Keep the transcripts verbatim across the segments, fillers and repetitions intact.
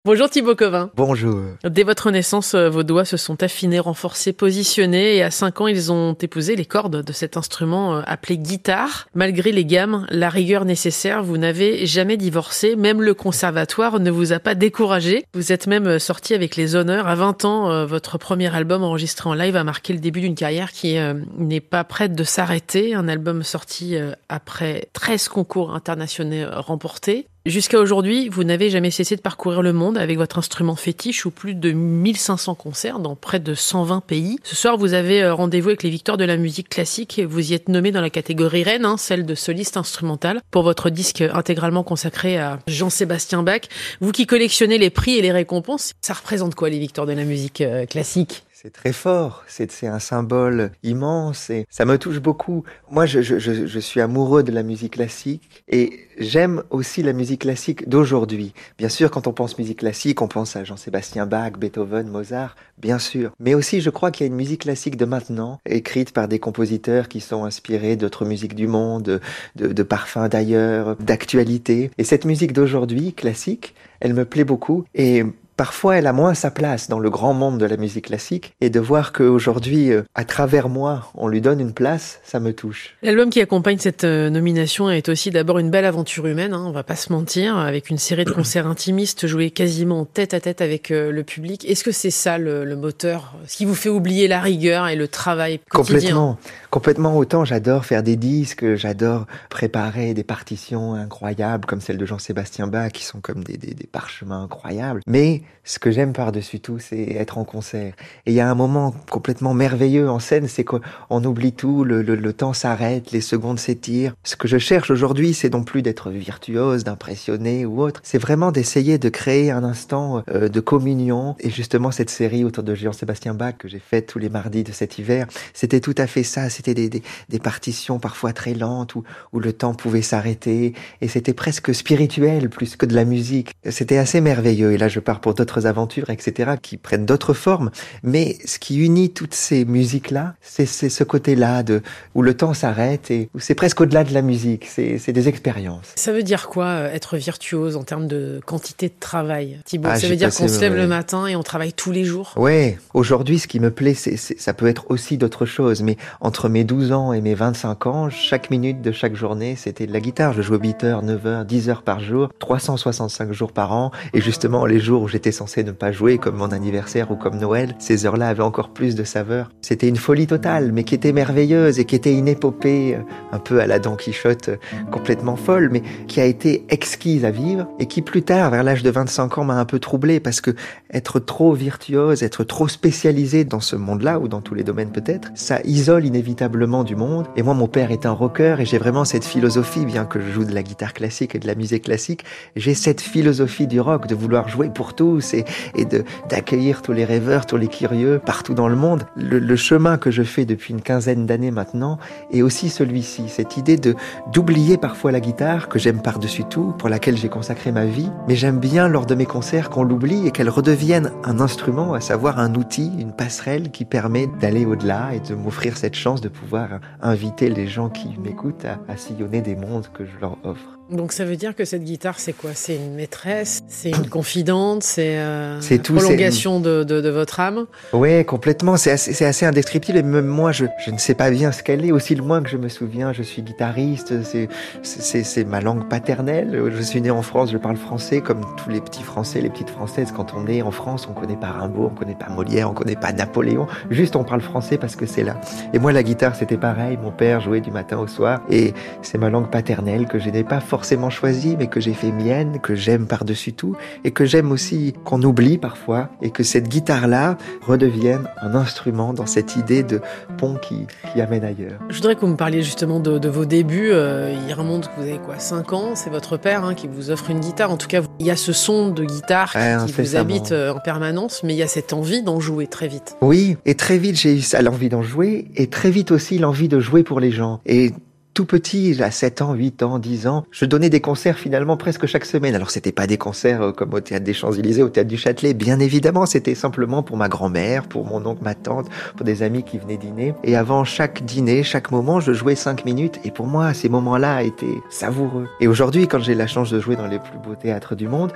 Bonjour Thibaut Covin. Bonjour. Dès votre naissance, vos doigts se sont affinés, renforcés, positionnés et à cinq ans, ils ont épousé les cordes de cet instrument appelé guitare. Malgré les gammes, la rigueur nécessaire, vous n'avez jamais divorcé. Même le conservatoire ne vous a pas découragé. Vous êtes même sorti avec les honneurs. À vingt ans, votre premier album enregistré en live a marqué le début d'une carrière qui euh, n'est pas prête de s'arrêter. Un album sorti euh, après treize concours internationaux remportés. Jusqu'à aujourd'hui, vous n'avez jamais cessé de parcourir le monde avec votre instrument fétiche ou plus de mille cinq cents concerts dans près de cent vingt pays. Ce soir, vous avez rendez-vous avec les victoires de la musique classique et vous y êtes nommé dans la catégorie reine, hein, celle de soliste instrumental, pour votre disque intégralement consacré à Jean-Sébastien Bach. Vous qui collectionnez les prix et les récompenses, ça représente quoi les victoires de la musique euh, classique ? C'est très fort, c'est, c'est un symbole immense et ça me touche beaucoup. Moi, je, je, je, je suis amoureux de la musique classique et j'aime aussi la musique classique d'aujourd'hui. Bien sûr, quand on pense musique classique, on pense à Jean-Sébastien Bach, Beethoven, Mozart, bien sûr. Mais aussi, je crois qu'il y a une musique classique de maintenant, écrite par des compositeurs qui sont inspirés d'autres musiques du monde, de, de parfums d'ailleurs, d'actualité. Et cette musique d'aujourd'hui, classique, elle me plaît beaucoup et parfois, elle a moins sa place dans le grand monde de la musique classique et de voir qu'aujourd'hui, euh, à travers moi, on lui donne une place, ça me touche. L'album qui accompagne cette euh, nomination est aussi d'abord une belle aventure humaine, hein, on va pas se mentir, avec une série de concerts intimistes joués quasiment tête à tête avec euh, le public. Est-ce que c'est ça le, le moteur, ce qui vous fait oublier la rigueur et le travail quotidien ? Complètement, complètement. Autant j'adore faire des disques, j'adore préparer des partitions incroyables comme celle de Jean-Sébastien Bach qui sont comme des, des, des parchemins incroyables. Mais ce que j'aime par-dessus tout, c'est être en concert. Et il y a un moment complètement merveilleux en scène, c'est qu'on oublie tout, le, le, le temps s'arrête, les secondes s'étirent. Ce que je cherche aujourd'hui, c'est non plus d'être virtuose, d'impressionner ou autre. C'est vraiment d'essayer de créer un instant euh, de communion. Et justement, cette série autour de Jean-Sébastien Bach que j'ai faite tous les mardis de cet hiver, c'était tout à fait ça. C'était des, des, des partitions parfois très lentes où, où le temps pouvait s'arrêter. Et c'était presque spirituel plus que de la musique. C'était assez merveilleux. Et là, je pars pour d'autres aventures, et cetera, qui prennent d'autres formes. Mais ce qui unit toutes ces musiques-là, c'est, c'est ce côté-là de, où le temps s'arrête et où c'est presque au-delà de la musique. C'est, c'est des expériences. Ça veut dire quoi, être virtuose en termes de quantité de travail, Thibaut ? Ah, ça veut dire passé, qu'on se lève ouais. le matin et on travaille tous les jours ? Ouais. Aujourd'hui, ce qui me plaît, c'est, c'est, ça peut être aussi d'autres choses. Mais entre mes douze ans et mes vingt-cinq ans, chaque minute de chaque journée, c'était de la guitare. Je jouais huit heures, neuf heures, dix heures par jour, trois cent soixante-cinq jours par an. Et justement, les jours où j'étais censé ne pas jouer, comme mon anniversaire ou comme Noël, ces heures-là avaient encore plus de saveur. C'était une folie totale, mais qui était merveilleuse et qui était une épopée un peu à la Don Quichotte, complètement folle, mais qui a été exquise à vivre et qui plus tard, vers l'âge de vingt-cinq ans, m'a un peu troublé parce que être trop virtuose, être trop spécialisé dans ce monde-là ou dans tous les domaines peut-être, ça isole inévitablement du monde. Et moi, mon père est un rocker et j'ai vraiment cette philosophie, bien que je joue de la guitare classique et de la musique classique, j'ai cette philosophie du rock de vouloir jouer pour tous et, et de, d'accueillir tous les rêveurs, tous les curieux partout dans le monde. Le, le chemin que je fais depuis une quinzaine d'années maintenant est aussi celui-ci, cette idée de, d'oublier parfois la guitare, que j'aime par-dessus tout, pour laquelle j'ai consacré ma vie, mais j'aime bien lors de mes concerts qu'on l'oublie et qu'elle redevienne un instrument, à savoir un outil, une passerelle qui permet d'aller au-delà et de m'offrir cette chance de pouvoir inviter les gens qui m'écoutent à, à sillonner des mondes que je leur offre. Donc ça veut dire que cette guitare, c'est quoi ? C'est une maîtresse ? C'est une confidente ? C'est, euh, c'est une tout, prolongation c'est... De, de, de votre âme ? Oui, complètement. C'est assez, c'est assez indescriptible. Et même moi, je, je ne sais pas bien ce qu'elle est. Aussi loin que je me souviens, je suis guitariste. C'est, c'est, c'est ma langue paternelle. Je suis né en France, je parle français comme tous les petits Français, les petites Françaises. Quand on est en France, on connaît pas Rimbaud, on connaît pas Molière, on connaît pas Napoléon. Juste, on parle français parce que c'est là. Et moi, la guitare, c'était pareil. Mon père jouait du matin au soir. Et c'est ma langue paternelle que je n'ai pas forcément choisie, mais que j'ai fait mienne, que j'aime par-dessus tout. Et que j'aime aussi qu'on oublie parfois. Et que cette guitare-là redevienne un instrument dans cette idée de pont qui, qui amène ailleurs. Je voudrais que vous me parliez justement de, de vos débuts. Euh, il remonte, vous avez quoi, cinq ans ? C'est votre père hein, qui vous offre une guitare. En tout cas, il y a ce son de guitare ouais, qui vous habite euh, en permanence, mais il y a cette envie d'en jouer très vite. Oui, et très vite, j'ai eu ça, l'envie d'en jouer, et très vite aussi l'envie de jouer pour les gens. Et tout petit, à sept ans, huit ans, dix ans, je donnais des concerts finalement presque chaque semaine. Alors c'était pas des concerts comme au Théâtre des Champs-Élysées, au Théâtre du Châtelet, bien évidemment, c'était simplement pour ma grand-mère, pour mon oncle, ma tante, pour des amis qui venaient dîner. Et avant chaque dîner, chaque moment, je jouais cinq minutes et pour moi, ces moments-là étaient savoureux. Et aujourd'hui, quand j'ai la chance de jouer dans les plus beaux théâtres du monde,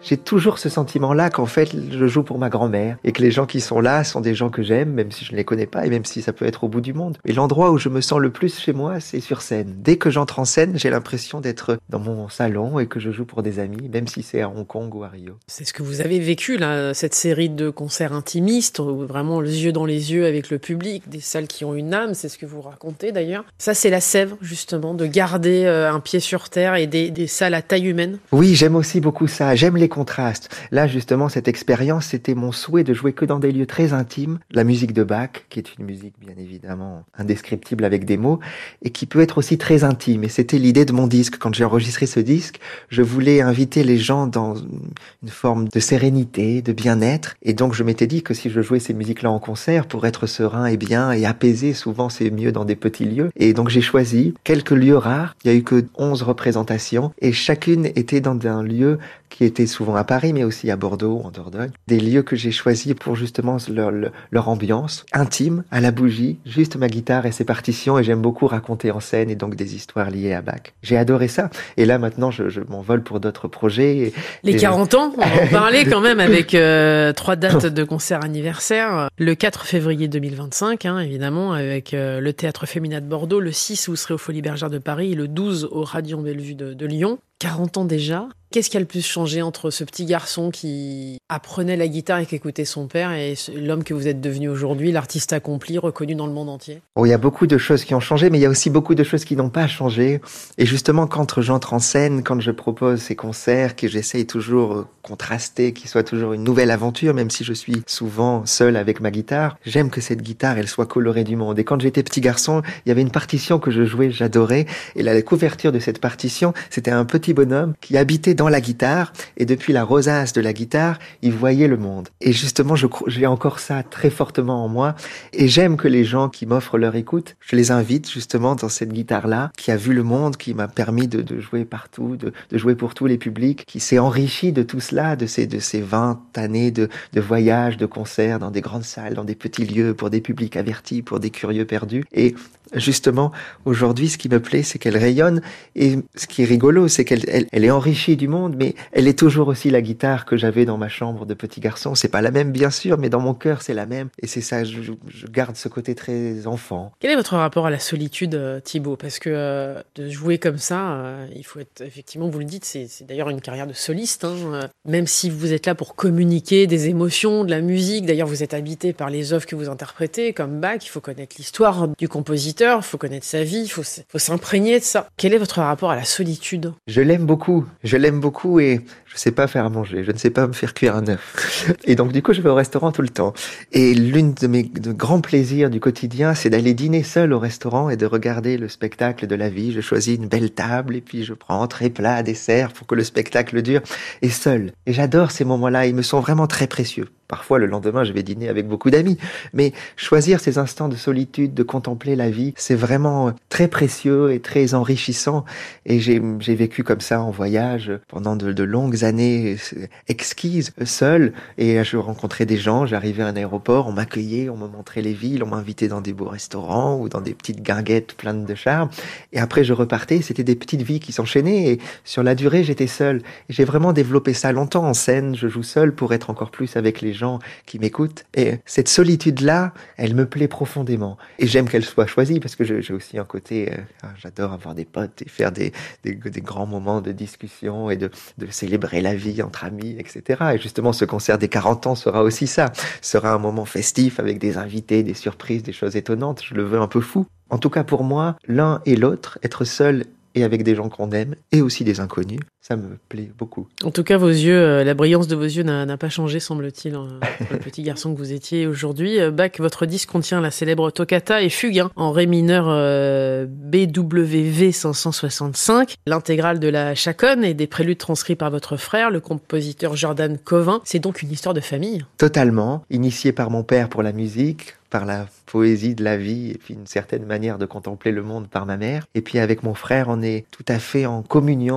J'ai toujours ce sentiment-là qu'en fait, je joue pour ma grand-mère et que les gens qui sont là sont des gens que j'aime, même si je ne les connais pas et même si ça peut être au bout du monde. Et l'endroit où je me sens le plus chez moi, c'est sur scène. Dès que j'entre en scène, j'ai l'impression d'être dans mon salon et que je joue pour des amis, même si c'est à Hong Kong ou à Rio. C'est ce que vous avez vécu, là, cette série de concerts intimistes, où vraiment les yeux dans les yeux avec le public, des salles qui ont une âme, c'est ce que vous racontez d'ailleurs. Ça, c'est la sève, justement, de garder euh, un pied sur terre et des, des salles à taille humaine. Oui, j'aime aussi beaucoup ça. J'aime les contrastes. Là, justement, cette expérience, c'était mon souhait de jouer que dans des lieux très intimes. La musique de Bach, qui est une musique bien évidemment indescriptible avec des mots, et qui peut être aussi très intime. Et c'était l'idée de mon disque. Quand j'ai enregistré ce disque, je voulais inviter les gens dans une forme de sérénité, de bien-être. Et donc, je m'étais dit que si je jouais ces musiques-là en concert, pour être serein et bien et apaisé, souvent c'est mieux dans des petits lieux. Et donc, j'ai choisi quelques lieux rares. Il y a eu que onze représentations et chacune était dans un lieu qui était souvent à Paris, mais aussi à Bordeaux, en Dordogne. Des lieux que j'ai choisis pour justement leur, leur ambiance intime, à la bougie, juste ma guitare et ses partitions, et j'aime beaucoup raconter en scène et donc des histoires liées à Bach. J'ai adoré ça. Et là, maintenant, je, je m'envole pour d'autres projets. Et, Les et quarante ans, on va en parler quand même avec euh, trois dates de concert anniversaire. Le quatre février deux mille vingt-cinq, hein, évidemment, avec euh, le Théâtre Féminin de Bordeaux. Le six, vous serez au Folies Bergère de Paris. Et le douze, au Radion Bellevue de, de Lyon. quarante ans déjà. Qu'est-ce qui a le plus changé entre ce petit garçon qui apprenait la guitare et qui écoutait son père et l'homme que vous êtes devenu aujourd'hui, l'artiste accompli, reconnu dans le monde entier? Oh, il y a beaucoup de choses qui ont changé, mais il y a aussi beaucoup de choses qui n'ont pas changé. Et justement, quand j'entre en scène, quand je propose ces concerts, que j'essaye toujours contraster, qu'ils soient toujours une nouvelle aventure, même si je suis souvent seul avec ma guitare, j'aime que cette guitare, elle soit colorée du monde. Et quand j'étais petit garçon, il y avait une partition que je jouais, j'adorais. Et la couverture de cette partition, c'était un petit bonhomme qui habitait dans la guitare, et depuis la rosace de la guitare, il voyait le monde. Et justement, je, j'ai encore ça très fortement en moi, et j'aime que les gens qui m'offrent leur écoute, je les invite justement dans cette guitare-là, qui a vu le monde, qui m'a permis de, de jouer partout, de, de jouer pour tous les publics, qui s'est enrichi de tout cela, de ces, de ces vingt années de, de voyages, de concerts, dans des grandes salles, dans des petits lieux, pour des publics avertis, pour des curieux perdus. Et justement, aujourd'hui, ce qui me plaît, c'est qu'elle rayonne, et ce qui est rigolo, c'est qu'elle elle, elle est enrichie du monde, mais elle est toujours aussi la guitare que j'avais dans ma chambre de petit garçon. C'est pas la même, bien sûr, mais dans mon cœur, c'est la même, et c'est ça, je, je garde ce côté très enfant. Quel est votre rapport à la solitude, Thibaut? Parce que euh, de jouer comme ça, euh, il faut être, effectivement, vous le dites, c'est, c'est d'ailleurs une carrière de soliste, hein, euh, même si vous êtes là pour communiquer des émotions, de la musique, d'ailleurs vous êtes habité par les œuvres que vous interprétez, comme Bach, il faut connaître l'histoire du compositeur, il faut connaître sa vie, il faut, faut s'imprégner de ça. Quel est votre rapport à la solitude? Je l'aime beaucoup, je l'aime beaucoup et je sais pas faire à manger, je ne sais pas me faire cuire un œuf. Et donc du coup, je vais au restaurant tout le temps. Et l'une de mes de grands plaisirs du quotidien, c'est d'aller dîner seul au restaurant et de regarder le spectacle de la vie. Je choisis une belle table et puis je prends entrée, plat, dessert pour que le spectacle dure, et seul. Et j'adore ces moments-là, ils me sont vraiment très précieux. Parfois, le lendemain, je vais dîner avec beaucoup d'amis. Mais choisir ces instants de solitude, de contempler la vie, c'est vraiment très précieux et très enrichissant. Et j'ai, j'ai vécu comme ça en voyage pendant de, de longues années exquises, seul. Et je rencontrais des gens, j'arrivais à un aéroport, on m'accueillait, on me montrait les villes, on m'invitait dans des beaux restaurants ou dans des petites guinguettes pleines de charme. Et après, je repartais, c'était des petites vies qui s'enchaînaient. Et sur la durée, j'étais seul. Et j'ai vraiment développé ça longtemps en scène. Je joue seul pour être encore plus avec les gens qui m'écoutent. Et cette solitude-là, elle me plaît profondément. Et j'aime qu'elle soit choisie parce que je, j'ai aussi un côté, euh, j'adore avoir des potes et faire des, des, des grands moments de discussion et de, de célébrer la vie entre amis, et cetera. Et justement, ce concert des quarante ans sera aussi ça. Sera un moment festif avec des invités, des surprises, des choses étonnantes. Je le veux un peu fou. En tout cas, pour moi, l'un et l'autre, être seul et avec des gens qu'on aime, et aussi des inconnus, ça me plaît beaucoup. En tout cas, vos yeux, euh, la brillance de vos yeux n'a, n'a pas changé, semble-t-il, hein, le petit garçon que vous étiez aujourd'hui. Euh, Bach, votre disque contient la célèbre toccata et fugue hein, en ré mineur euh, B W V cinq cent soixante-cinq, l'intégrale de la chaconne et des préludes transcrits par votre frère, le compositeur Jordan Covin. C'est donc une histoire de famille. Totalement, initié par mon père pour la musique, par la poésie de la vie et puis une certaine manière de contempler le monde par ma mère. Et puis avec mon frère, on est tout à fait en communion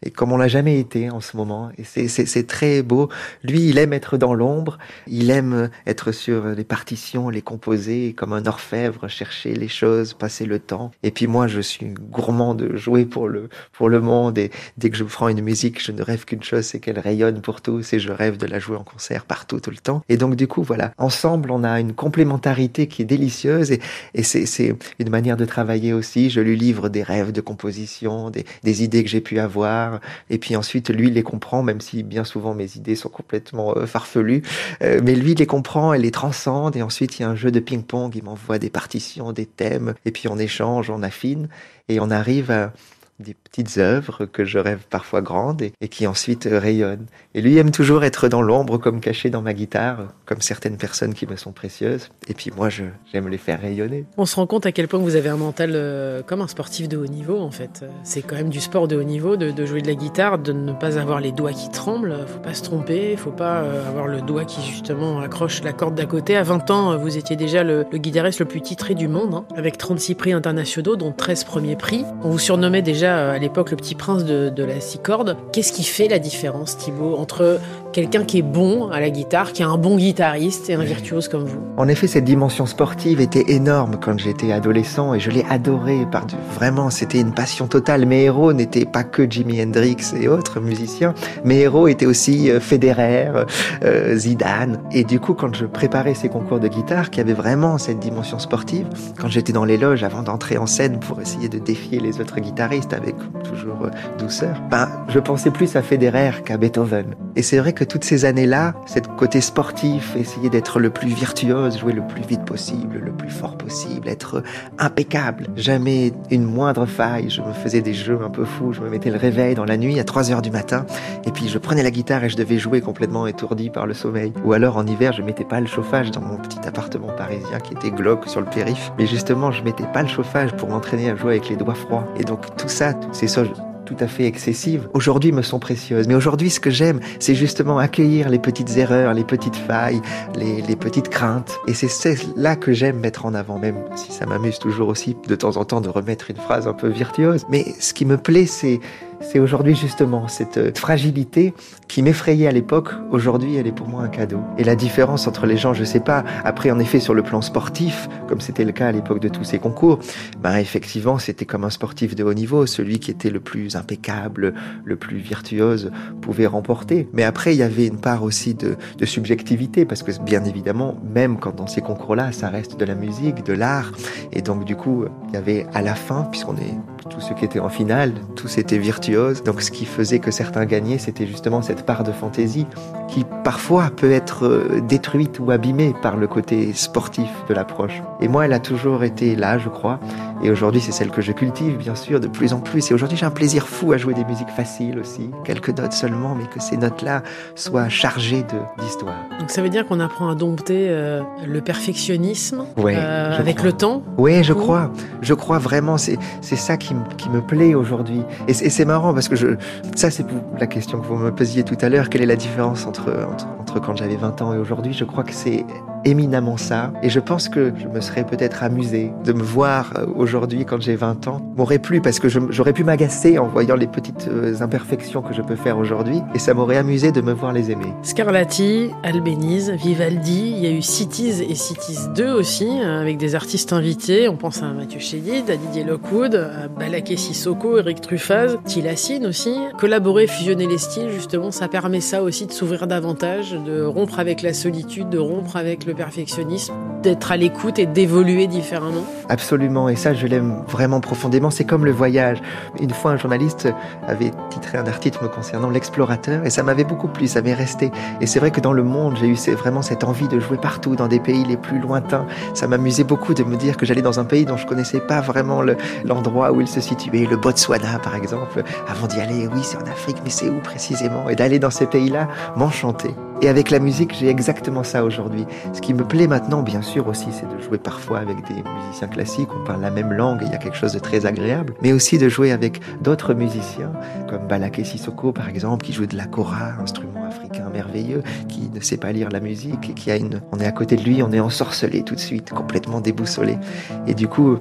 et comme on l'a jamais été en ce moment. Et c'est, c'est, c'est très beau. Lui, il aime être dans l'ombre, il aime être sur les partitions, les composer comme un orfèvre, chercher les choses, passer le temps. Et puis moi, je suis gourmand de jouer pour le, pour le monde, et dès que je prends une musique, je ne rêve qu'une chose, c'est qu'elle rayonne pour tous, et je rêve de la jouer en concert partout, tout le temps. Et donc du coup, voilà, ensemble, on a une complémentarité qui est délicieuse, et, et c'est, c'est une manière de travailler aussi. Je lui livre des rêves de composition, des, des idées que j'ai pu avoir, et puis ensuite, lui, il les comprend, même si bien souvent mes idées sont complètement euh, farfelues, euh, mais lui, il les comprend, elle les transcende, et ensuite, il y a un jeu de ping-pong, il m'envoie des partitions, des thèmes, et puis on échange, on affine, et on arrive à des petites œuvres que je rêve parfois grandes et, et qui ensuite euh, rayonnent. Et lui aime toujours être dans l'ombre, comme caché dans ma guitare, comme certaines personnes qui me sont précieuses. Et puis moi, je, j'aime les faire rayonner. On se rend compte à quel point vous avez un mental euh, comme un sportif de haut niveau, en fait. C'est quand même du sport de haut niveau, de, de jouer de la guitare, de ne pas avoir les doigts qui tremblent. Faut pas se tromper, faut pas euh, avoir le doigt qui justement accroche la corde d'à côté. À vingt ans, vous étiez déjà le, le guitariste le plus titré du monde, hein, avec trente-six prix internationaux, dont treize premiers prix. On vous surnommait déjà euh, à l'époque le petit prince de, de la six cordes. Qu'est-ce qui fait la différence, Thibaut, entre quelqu'un qui est bon à la guitare, qui est un bon guitariste et un virtuose comme vous? En effet, cette dimension sportive était énorme quand j'étais adolescent et je l'ai adorée. Par du... Vraiment, c'était une passion totale. Mes héros n'étaient pas que Jimi Hendrix et autres musiciens. Mes héros étaient aussi euh, Federer, euh, Zidane. Et du coup, quand je préparais ces concours de guitare qui avaient vraiment cette dimension sportive, quand j'étais dans les loges avant d'entrer en scène pour essayer de défier les autres guitaristes avec toujours euh, douceur, ben, je pensais plus à Federer qu'à Beethoven. Et c'est vrai que toutes ces années-là, cette côté sportif, essayer d'être le plus virtuose, jouer le plus vite possible, le plus fort possible, être impeccable, jamais une moindre faille. Je me faisais des jeux un peu fous, je me mettais le réveil dans la nuit à trois heures du matin, et puis je prenais la guitare et je devais jouer complètement étourdi par le sommeil. Ou alors en hiver, je mettais pas le chauffage dans mon petit appartement parisien qui était glauque sur le périph', mais justement, je mettais pas le chauffage pour m'entraîner à jouer avec les doigts froids. Et donc tout ça, ces choses tout à fait excessives, aujourd'hui me sont précieuses. Mais aujourd'hui, ce que j'aime, c'est justement accueillir les petites erreurs, les petites failles, les, les petites craintes. Et c'est, c'est là que j'aime mettre en avant, même si ça m'amuse toujours aussi de temps en temps de remettre une phrase un peu virtuose. Mais ce qui me plaît, c'est C'est aujourd'hui justement cette fragilité qui m'effrayait à l'époque. Aujourd'hui, elle est pour moi un cadeau. Et la différence entre les gens, je sais pas. Après, en effet, sur le plan sportif, comme c'était le cas à l'époque de tous ces concours, ben effectivement, c'était comme un sportif de haut niveau. Celui qui était le plus impeccable, le plus virtuose, pouvait remporter. Mais après, il y avait une part aussi de, de subjectivité, parce que bien évidemment, même quand dans ces concours-là, ça reste de la musique, de l'art. Et donc, du coup, il y avait à la fin, puisqu'on est tous ceux qui étaient en finale, tous étaient virtuoses. Donc ce qui faisait que certains gagnaient, c'était justement cette part de fantaisie qui parfois peut être détruite ou abîmée par le côté sportif de l'approche. Et moi, elle a toujours été là, je crois. Et aujourd'hui, c'est celle que je cultive, bien sûr, de plus en plus. Et aujourd'hui, j'ai un plaisir fou à jouer des musiques faciles aussi. Quelques notes seulement, mais que ces notes-là soient chargées de, d'histoire. Donc ça veut dire qu'on apprend à dompter euh, le perfectionnisme ouais, euh, avec crois. le temps. Oui, je crois. Je crois vraiment. C'est, c'est ça qui, m- qui me plaît aujourd'hui. Et c'est, et c'est marrant parce que je, ça, c'est pour la question que vous me posiez tout à l'heure. Quelle est la différence entre, entre, entre quand j'avais vingt ans et aujourd'hui? Je crois que c'est éminemment ça. Et je pense que je me serais peut-être amusé de me voir aujourd'hui quand j'ai vingt ans. M'aurait plu parce que je, j'aurais pu m'agacer en voyant les petites imperfections que je peux faire aujourd'hui. Et ça m'aurait amusé de me voir les aimer. Scarlatti, Albéniz, Vivaldi, il y a eu Cities et Cities deux aussi, avec des artistes invités. On pense à Mathieu Chédid, à Didier Lockwood, à Balaké Sissoko, Eric Truffaz, Tilassine aussi. Collaborer, fusionner les styles, justement, ça permet ça aussi de s'ouvrir davantage, de rompre avec la solitude, de rompre avec le perfectionnisme, d'être à l'écoute et d'évoluer différemment. Absolument, et ça je l'aime vraiment profondément, c'est comme le voyage. Une fois un journaliste avait titré un article me concernant l'explorateur et ça m'avait beaucoup plu, ça m'est resté. Et c'est vrai que dans le monde, j'ai eu vraiment cette envie de jouer partout, dans des pays les plus lointains. Ça m'amusait beaucoup de me dire que j'allais dans un pays dont je connaissais pas vraiment le, l'endroit où il se situait, le Botswana par exemple, avant d'y aller, oui c'est en Afrique, mais c'est où précisément? Et d'aller dans ces pays-là, m'enchanter. Et avec la musique, j'ai exactement ça aujourd'hui. Ce qui me plaît maintenant, bien sûr aussi, c'est de jouer parfois avec des musiciens classiques, on parle la même langue et il y a quelque chose de très agréable, mais aussi de jouer avec d'autres musiciens, comme Balaké Sissoko par exemple, qui joue de la kora, instrument africain merveilleux, qui ne sait pas lire la musique et qui a une... On est à côté de lui, on est ensorcelé tout de suite, complètement déboussolé. Et du coup,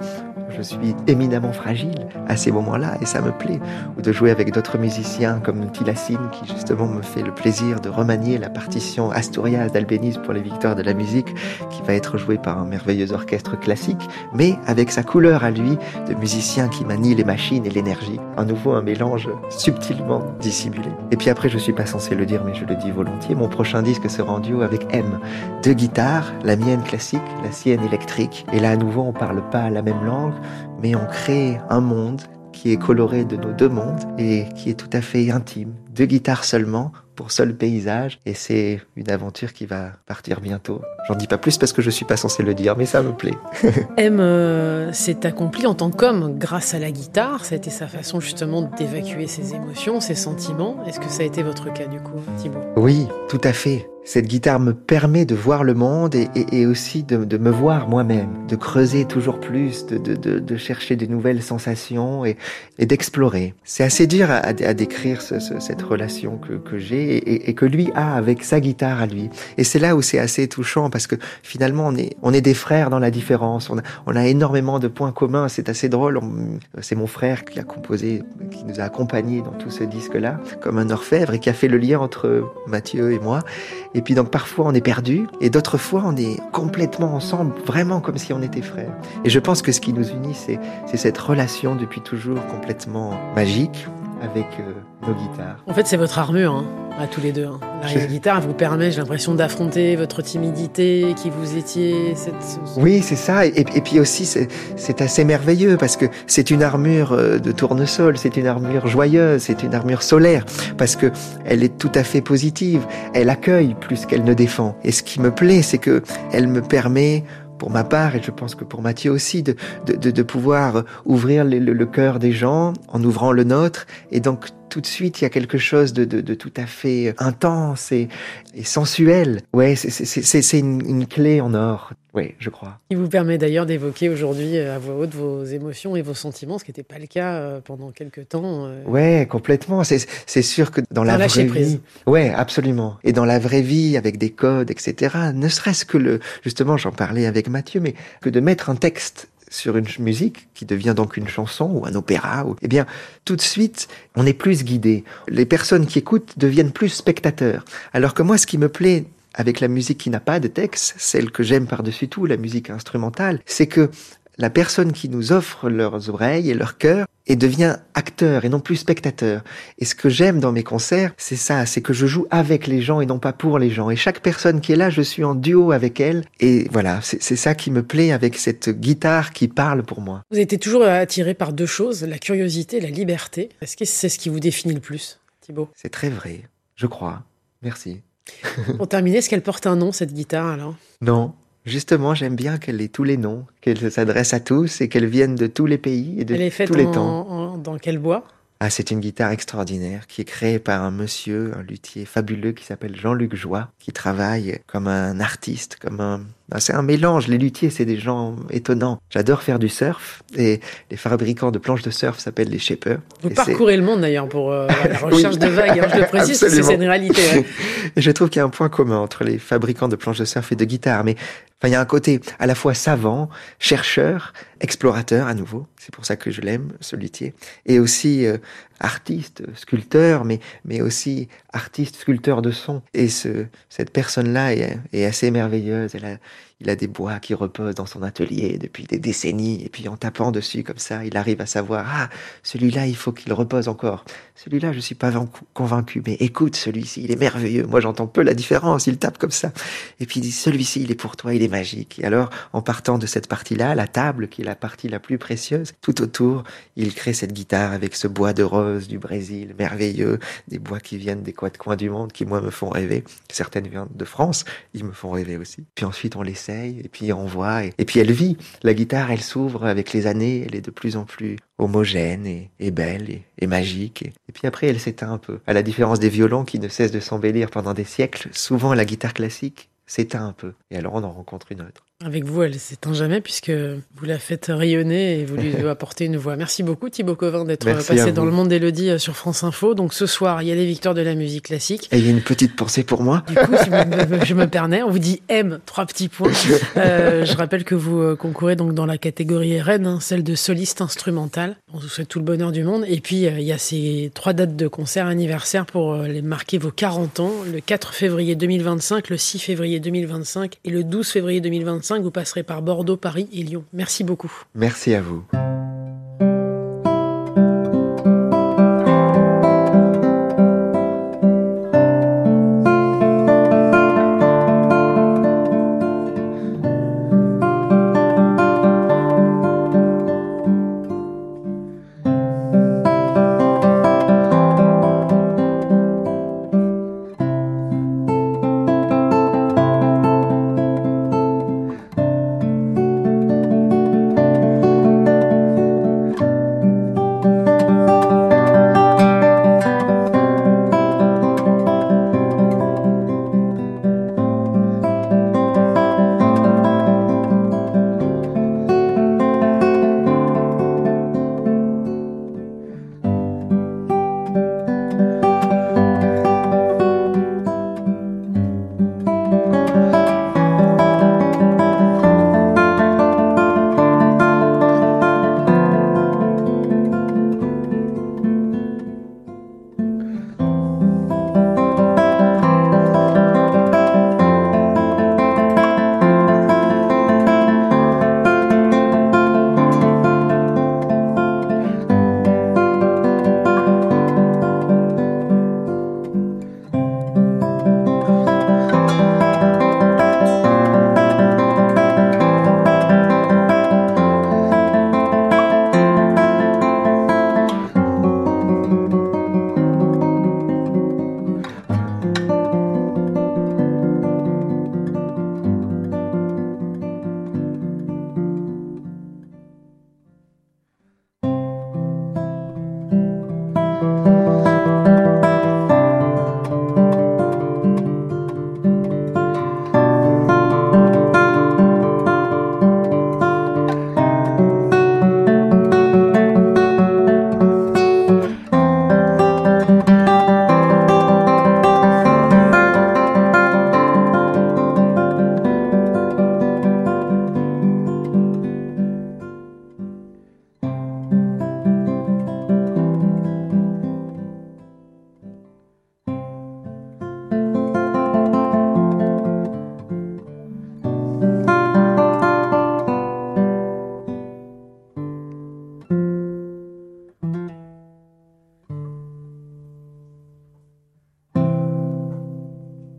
Je suis éminemment fragile à ces moments-là et ça me plaît. Ou de jouer avec d'autres musiciens comme Tilassine qui justement me fait le plaisir de remanier la partition Asturias d'Albéniz pour les Victoires de la musique qui va être jouée par un merveilleux orchestre classique, mais avec sa couleur à lui de musicien qui manie les machines et l'énergie. À nouveau un mélange subtilement dissimulé. Et puis après, je suis pas censé le dire, mais je le dis volontiers, mon prochain disque sera en duo avec M. Deux guitares, la mienne classique, la sienne électrique. Et là, à nouveau, on parle pas la même langue, mais on crée un monde qui est coloré de nos deux mondes et qui est tout à fait intime. Deux guitares seulement, pour seul paysage, et c'est une aventure qui va partir bientôt. J'en dis pas plus parce que je suis pas censé le dire, mais ça me plaît. M euh, s'est accompli en tant qu'homme grâce à la guitare. Ça a été sa façon justement d'évacuer ses émotions, ses sentiments. Est-ce que ça a été votre cas du coup, Thibaut ? Oui, tout à fait. Cette guitare me permet de voir le monde et, et, et aussi de, de me voir moi-même, de creuser toujours plus, de, de, de, de chercher de nouvelles sensations et, et d'explorer. C'est assez dur à, à décrire ce, ce, cette relation que, que j'ai et, et que lui a avec sa guitare à lui. Et c'est là où c'est assez touchant parce que finalement on est, on est des frères dans la différence. On a, on a énormément de points communs. C'est assez drôle. On, c'est mon frère qui a composé, qui nous a accompagnés dans tout ce disque-là, comme un orfèvre et qui a fait le lien entre Mathieu et moi. Et puis donc parfois on est perdu et d'autres fois on est complètement ensemble, vraiment comme si on était frères. Et je pense que ce qui nous unit, c'est, c'est cette relation depuis toujours complètement magique avec euh, nos guitares. En fait, c'est votre armure, hein, à tous les deux. Hein. La guitare vous permet, j'ai l'impression, d'affronter votre timidité, qui vous étiez... Cette... Oui, c'est ça. Et, et puis aussi, c'est, c'est assez merveilleux parce que c'est une armure de tournesol, c'est une armure joyeuse, c'est une armure solaire parce que elle est tout à fait positive. Elle accueille plus qu'elle ne défend. Et ce qui me plaît, c'est que elle me permet... pour ma part, et je pense que pour Mathieu aussi, de, de, de, de pouvoir ouvrir le, le, le cœur des gens en ouvrant le nôtre. Et donc, tout de suite, il y a quelque chose de, de, de tout à fait intense et, et sensuel. Ouais, c'est, c'est, c'est, c'est une, une clé en or. Oui, je crois. Il vous permet d'ailleurs d'évoquer aujourd'hui à voix haute vos émotions et vos sentiments, ce qui n'était pas le cas pendant quelques temps. Ouais, complètement. C'est, c'est sûr que dans la vraie vie... Ouais, absolument. Et dans la vraie vie, avec des codes, et cetera, ne serait-ce que le... Justement, j'en parlais avec Mathieu, mais que de mettre un texte sur une musique qui devient donc une chanson ou un opéra, ou... eh bien, tout de suite, on est plus guidé. Les personnes qui écoutent deviennent plus spectateurs. Alors que moi, ce qui me plaît avec la musique qui n'a pas de texte, celle que j'aime par-dessus tout, la musique instrumentale, c'est que la personne qui nous offre leurs oreilles et leur cœur et devient acteur et non plus spectateur. Et ce que j'aime dans mes concerts, c'est ça, c'est que je joue avec les gens et non pas pour les gens. Et chaque personne qui est là, je suis en duo avec elle. Et voilà, c'est, c'est ça qui me plaît avec cette guitare qui parle pour moi. Vous avez été toujours attiré par deux choses, la curiosité et la liberté. Est-ce que c'est ce qui vous définit le plus, Thibaut ? C'est très vrai, je crois. Merci. Pour terminer, est-ce qu'elle porte un nom, cette guitare, alors ? Non. Justement, j'aime bien qu'elle ait tous les noms, qu'elle s'adresse à tous et qu'elle vienne de tous les pays et de Elle est faite tous les en, temps. En, dans quel bois ? Ah, c'est une guitare extraordinaire qui est créée par un monsieur, un luthier fabuleux qui s'appelle Jean-Luc Joie, qui travaille comme un artiste, comme un... C'est un mélange. Les luthiers, c'est des gens étonnants. J'adore faire du surf et les fabricants de planches de surf s'appellent les shapers. Vous et parcourez c'est... le monde d'ailleurs pour euh, la recherche oui. de vagues. Alors, je le précise parce que c'est une réalité. Ouais. Et je trouve qu'il y a un point commun entre les fabricants de planches de surf et de guitares. Mais enfin, il y a un côté à la fois savant, chercheur, explorateur à nouveau. C'est pour ça que je l'aime, ce luthier. Et aussi euh, artiste, sculpteur, mais, mais aussi artiste, sculpteur de son. Et ce, cette personne-là est, est assez merveilleuse. Elle a, il a des bois qui reposent dans son atelier depuis des décennies. Et puis en tapant dessus comme ça, il arrive à savoir, ah, celui-là, il faut qu'il repose encore. Celui-là, je suis pas convaincu, mais écoute, celui-ci, il est merveilleux. Moi, j'entends peu la différence. Il tape comme ça. Et puis il dit, celui-ci, il est pour toi, il est magique. Et alors, en partant de cette partie-là, la table, qui est la partie la plus précieuse, tout autour, il crée cette guitare avec ce bois de rose du Brésil, merveilleux, des bois qui viennent des quatre coins du monde, qui, moi, me font rêver. Certaines viennent de France, ils me font rêver aussi. Puis ensuite, on l'essaye, et puis on voit, et, et puis elle vit. La guitare, elle s'ouvre avec les années, elle est de plus en plus homogène et, et belle et, et magique. Et, et puis après, elle s'éteint un peu. À la différence des violons qui ne cessent de s'embellir pendant des siècles, souvent la guitare classique s'éteint un peu. Et alors, on en rencontre une autre. Avec vous, elle s'éteint jamais puisque vous la faites rayonner et vous lui apportez une voix. Merci beaucoup Thibaut Covin d'être Merci passé dans le monde d'Élodie sur France Info. Donc ce soir, il y a les victoires de la musique classique. Et il y a une petite pensée pour moi. Du coup, je me, je me permets, on vous dit M, trois petits points. Euh, je rappelle que vous concourez donc dans la catégorie reine, hein, celle de soliste instrumental. On vous souhaite tout le bonheur du monde. Et puis, euh, il y a ces trois dates de concert anniversaire pour euh, les marquer vos quarante ans. Le quatre février deux mille vingt-cinq, le six février deux mille vingt-cinq et le douze février deux mille vingt-cinq. Vous passerez par Bordeaux, Paris et Lyon. Merci beaucoup. Merci à vous.